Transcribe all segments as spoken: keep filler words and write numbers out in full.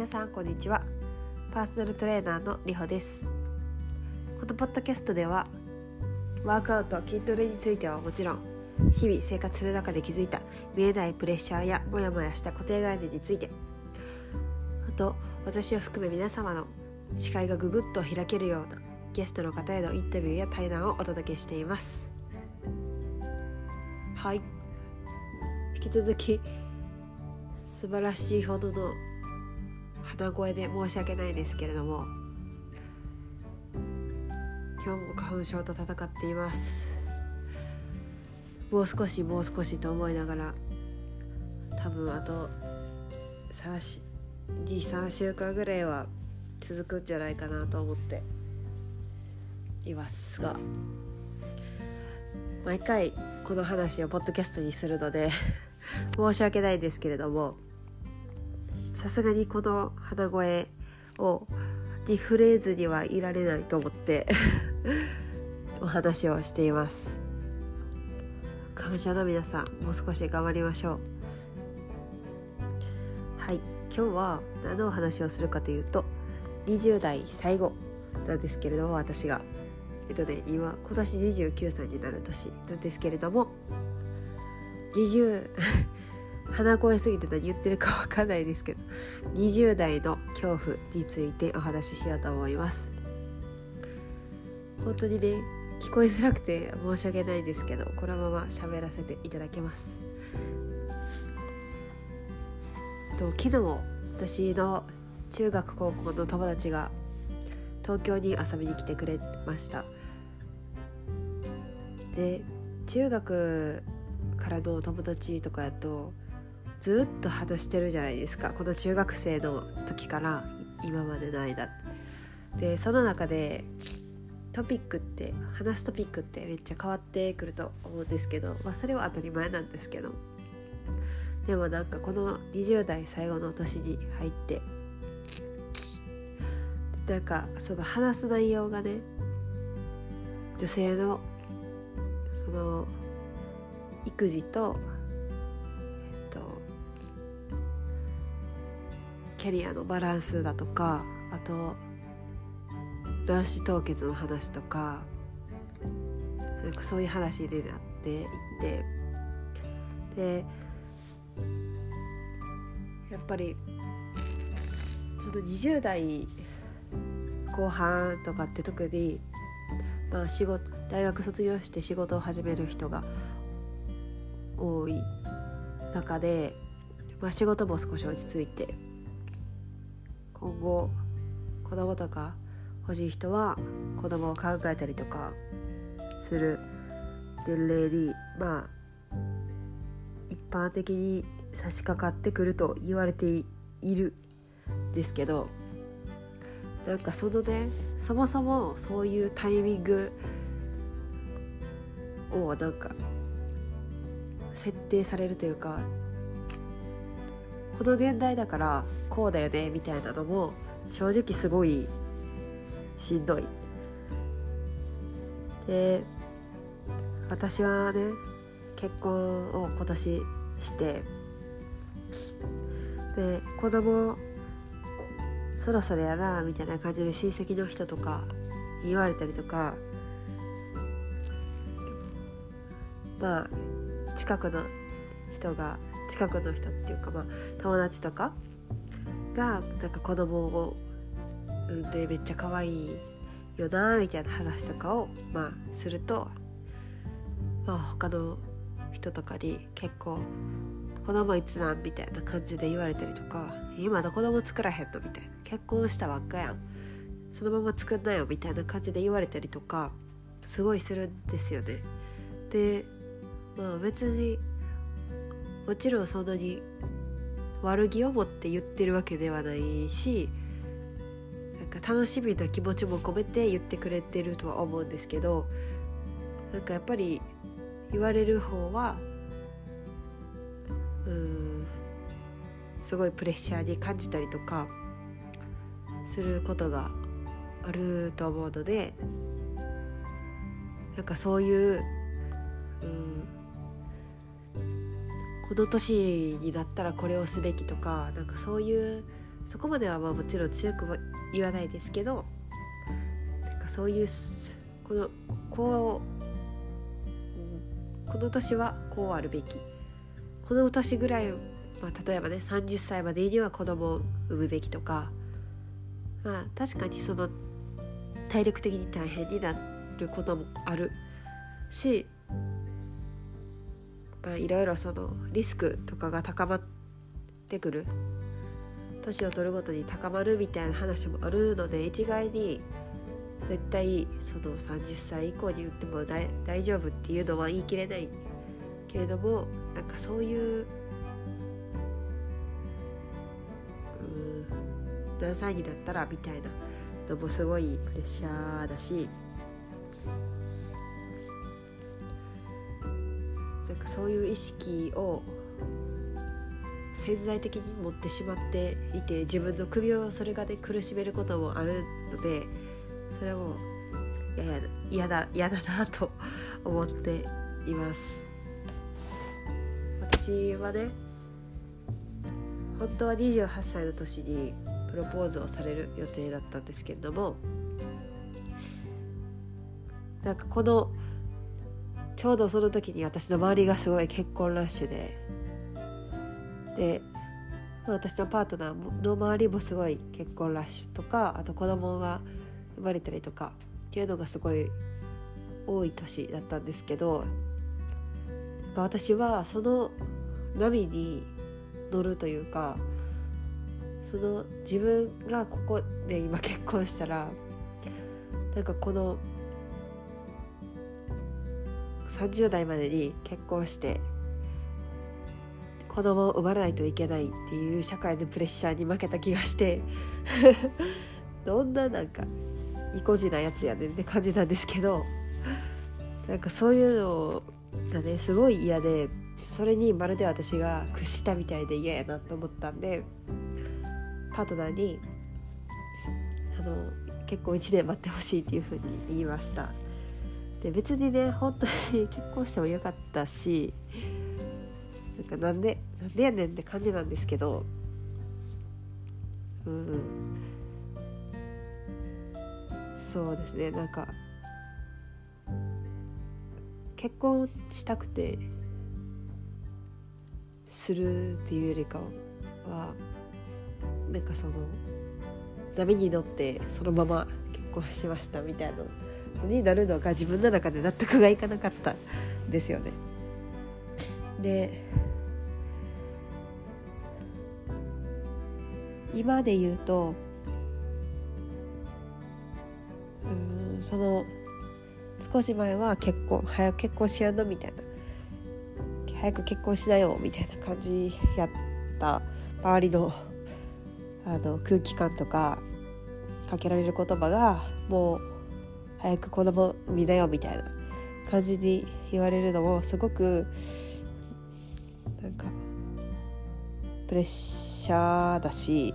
さんこんにちは。パーソナルトレーナーのりほです。このポッドキャストではワークアウト、筋トレについてはもちろん、日々生活する中で気づいた見えないプレッシャーやモヤモヤした固定概念について、あと私を含め皆様の視界がぐぐっと開けるようなゲストの方へのインタビューや対談をお届けしています。はい、引き続き素晴らしいほどの鼻声で申し訳ないですけれども、今日も花粉症と戦っています。もう少しもう少しと思いながら、多分あとにさんしゅうかんぐらいは続くんじゃないかなと思っていますが、毎回この話をポッドキャストにするので申し訳ないですけれども、さすがにこの鼻声をにフレーズにはいられないと思ってお話をしています。花粉症の皆さん、もう少し頑張りましょう。はい、今日は何のお話をするかというと、にじゅう代最後なんですけれども、私がえっとね今今年にじゅうきゅうさいになる年なんですけれども、にじゅう鼻声すぎて何言ってるか分かんないですけど、にじゅう代の恐怖についてお話ししようと思います。本当にね、聞こえづらくて申し訳ないですけど、このまま喋らせていただきます。と昨日私の中学高校の友達が東京に遊びに来てくれました。で、中学からの友達とかやとずっと話してるじゃないですか、この中学生の時から今までの間で。その中でトピックって話すトピックってめっちゃ変わってくると思うんですけど、まあそれは当たり前なんですけど、でもなんかこのにじゅう代最後の年に入って、なんかその話す内容がね、女性のその育児とえっとキャリアのバランスだとか、あと卵子凍結の話とか、なんかそういう話になっていって、でやっぱりそのにじゅう代後半とかって特に、まあ、仕事大学卒業して仕事を始める人が多い中で、まあ、仕事も少し落ち着いて、今後子供とか欲しい人は子供を考えたりとかする年齢に、まあ一般的に差し掛かってくると言われているんですけど、なんかそのね、そもそもそういうタイミングをなんか設定されるというか、この年代だからこうだよねみたいなのも正直すごいしんどい。で、私はね、結婚を今年して、で子供そろそろやなみたいな感じで親戚の人とか言われたりとか、まあ近くの人が近くの人っていうか、まあ友達とかがなんか子供を産んでめっちゃ可愛いよなみたいな話とかをまあすると、まあ他の人とかに結構子供いつなんみたいな感じで言われたりとか、今の子供作らへんのみたいな、結婚したばっかやん、そのまま作んなよみたいな感じで言われたりとかすごいするんですよね。で、まあ別にもちろんそんなに悪気を持って言ってるわけではないし、なんか楽しみな気持ちも込めて言ってくれてるとは思うんですけど、なんかやっぱり言われる方はうーんすごいプレッシャーに感じたりとかすることがあると思うので、なんかそういう、うん、この年になったらこれをすべきとか、なんかそういうそこまではまあもちろん強くは言わないですけど、なんかそういうこのこうこの年はこうあるべき、この年ぐらい、まあ、例えばねさんじゅっさいまでには子供を産むべきとか、まあ確かにその体力的に大変になることもあるし、まあいろいろそのリスクとかが高まってくる、年を取るごとに高まるみたいな話もあるので、一概に絶対そのさんじゅっさい以降に打っても大大丈夫っていうのは言い切れないけれども、なんかそういう、うー何歳になったらみたいなのもすごいプレッシャーだし、なんかそういう意識を潜在的に持ってしまっていて、自分の首をそれがで苦しめることもあるので、それも嫌だ嫌だなと思っています。私はね、本当はにじゅうはっさいの年にプロポーズをされる予定だったんですけれども、なんかこのちょうどその時に私の周りがすごい結婚ラッシュで、で私のパートナーの周りもすごい結婚ラッシュとか、あと子供が生まれたりとかっていうのがすごい多い年だったんですけど、なんか私はその波に乗るというか、その自分がここで今結婚したら、なんかこのさんじゅう代までに結婚して子供を産まないといけないっていう社会のプレッシャーに負けた気がしてどんななんか意固地なやつやねんって感じなんですけど、なんかそういうのがねすごい嫌で、それにまるで私が屈したみたいで嫌やなと思ったんで、パートナーにあの結婚いちねん待ってほしいっていう風に言いました。で別にね本当に結婚してもよかったし、なんかなんでなんでやねんって感じなんですけど、うん、そうですね、なんか結婚したくてするっていうよりかは、なんかその波に乗ってそのまま結婚しましたみたいなのになるのが自分の中で納得がいかなかったんですよね。で今で言うと、うーんその少し前は結婚早く結婚しやんのみたいな、早く結婚しなよみたいな感じやった周りのあの空気感とかかけられる言葉が、もう早く子供産みなよみたいな感じに言われるのもすごくなんかプレッシャーだし、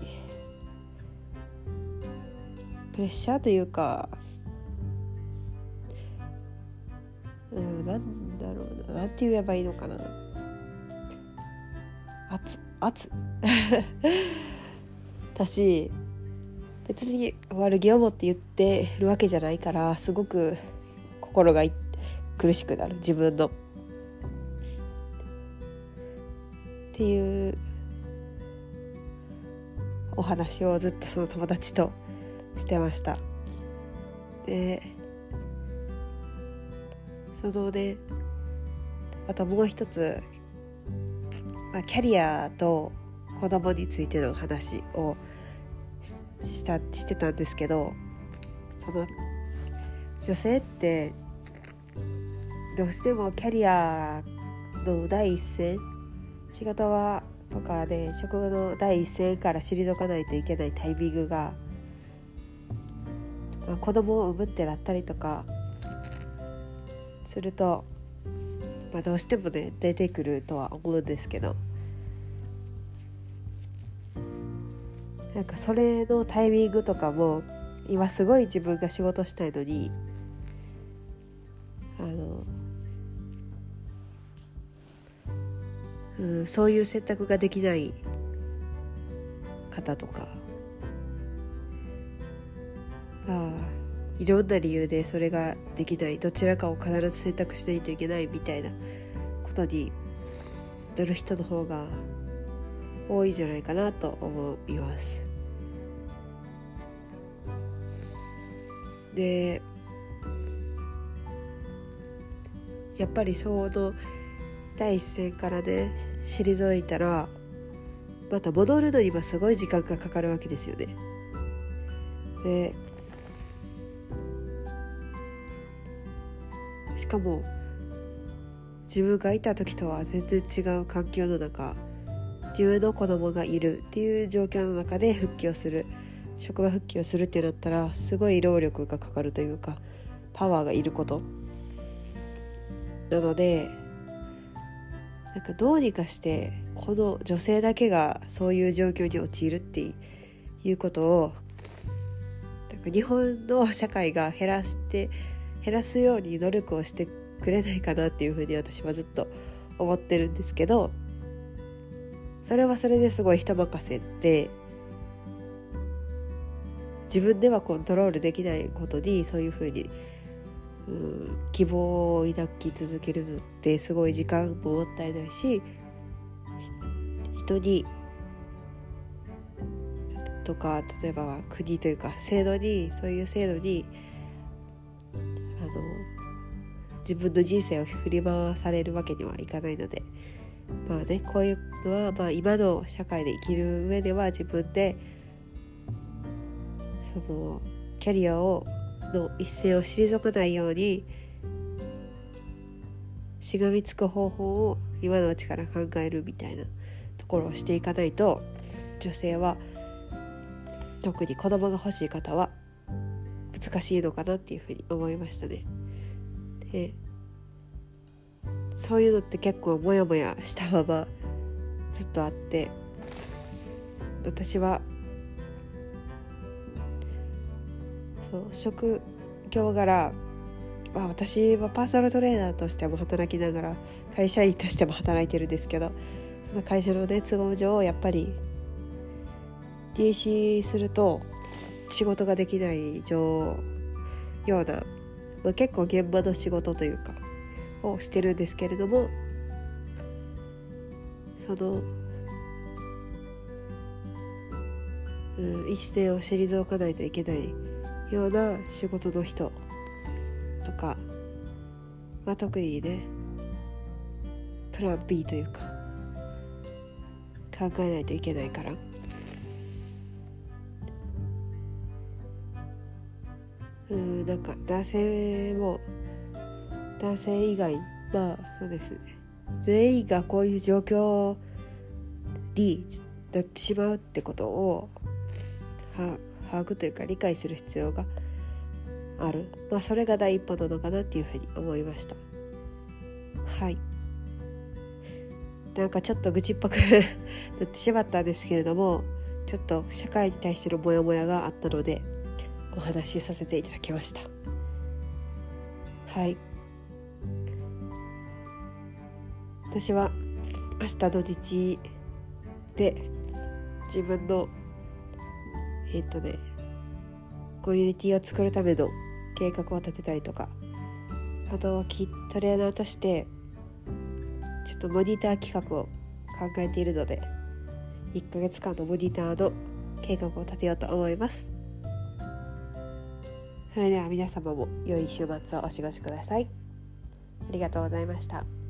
プレッシャーというか、うん、なんだろうな、なんて言えばいいのかな、圧圧だし、別に悪気を持って言ってるわけじゃないから、すごく心が苦しくなる、自分のっていうお話をずっとその友達としてました。でそのね、あともう一つ、まあ、キャリアと子供についての話をし、したしてたんですけど、その女性ってどうしてもキャリアの第一線、仕事はとかで職場の第一線から退かないといけないタイミングが、まあ、子供を産むってなったりとかすると、まあ、どうしてもね出てくるとは思うんですけど、なんかそれのタイミングとかも今すごい自分が仕事したいのに、あの、うん、そういう選択ができない方とか、まあいろんな理由でそれができない、どちらかを必ず選択しないといけないみたいなことになる人の方が多いんじゃないかなと思います。でやっぱりその第一線からね退いたらまた戻るのにはすごい時間がかかるわけですよね。でしかも自分がいた時とは全然違う環境の中、自分の子供がいるっていう状況の中で復帰をする、職場復帰をするってなったらすごい労力がかかるというかパワーがいることなので、なんかどうにかしてこの女性だけがそういう状況に陥るっていうことをなんか日本の社会が減らして減らすように努力をしてくれないかなっていうふうに私はずっと思ってるんですけど、それはそれですごい人任せで自分ではコントロールできないことにそういうふうにうん希望を抱き続けるのってすごい時間ももったいないし、人にとか例えば国というか制度にそういう制度にあの自分の人生を振り回されるわけにはいかないので、まあねこういうのはまあ今の社会で生きる上では自分でそのキャリアをの一線を退かないようにしがみつく方法を今のうちから考えるみたいなところをしていかないと、女性は特に子供が欲しい方は難しいのかなっていうふうに思いましたね。でそういうのって結構モヤモヤしたままずっとあって、私はそう職業柄、まあ、私はパーソナルトレーナーとしても働きながら会社員としても働いてるんですけど、その会社の、ね、都合上やっぱり離異すると仕事ができないような、まあ、結構現場の仕事というかをしてるんですけれども、その、うん、一線を退かないといけないような仕事の人とか、まあ、特にねプラン B というか考えないといけないから、うんなんか男性も男性以外まあそうですね全員がこういう状況になってしまうってことをは把握というか理解する必要がある、まあ、それが第一歩なのかなっていうふうに思いました。はい、なんかちょっと愚痴っぽくなってしまったんですけれども、ちょっと社会に対してのモヤモヤがあったのでお話しさせていただきました。はい、私は明日土日で自分のえっとねコミュニティを作るための計画を立てたりとか、あとトレーナーとしてちょっとモニター企画を考えているのでいっかげつかんのモニターの計画を立てようと思います。それでは皆様も良い週末をお過ごしください。ありがとうございました。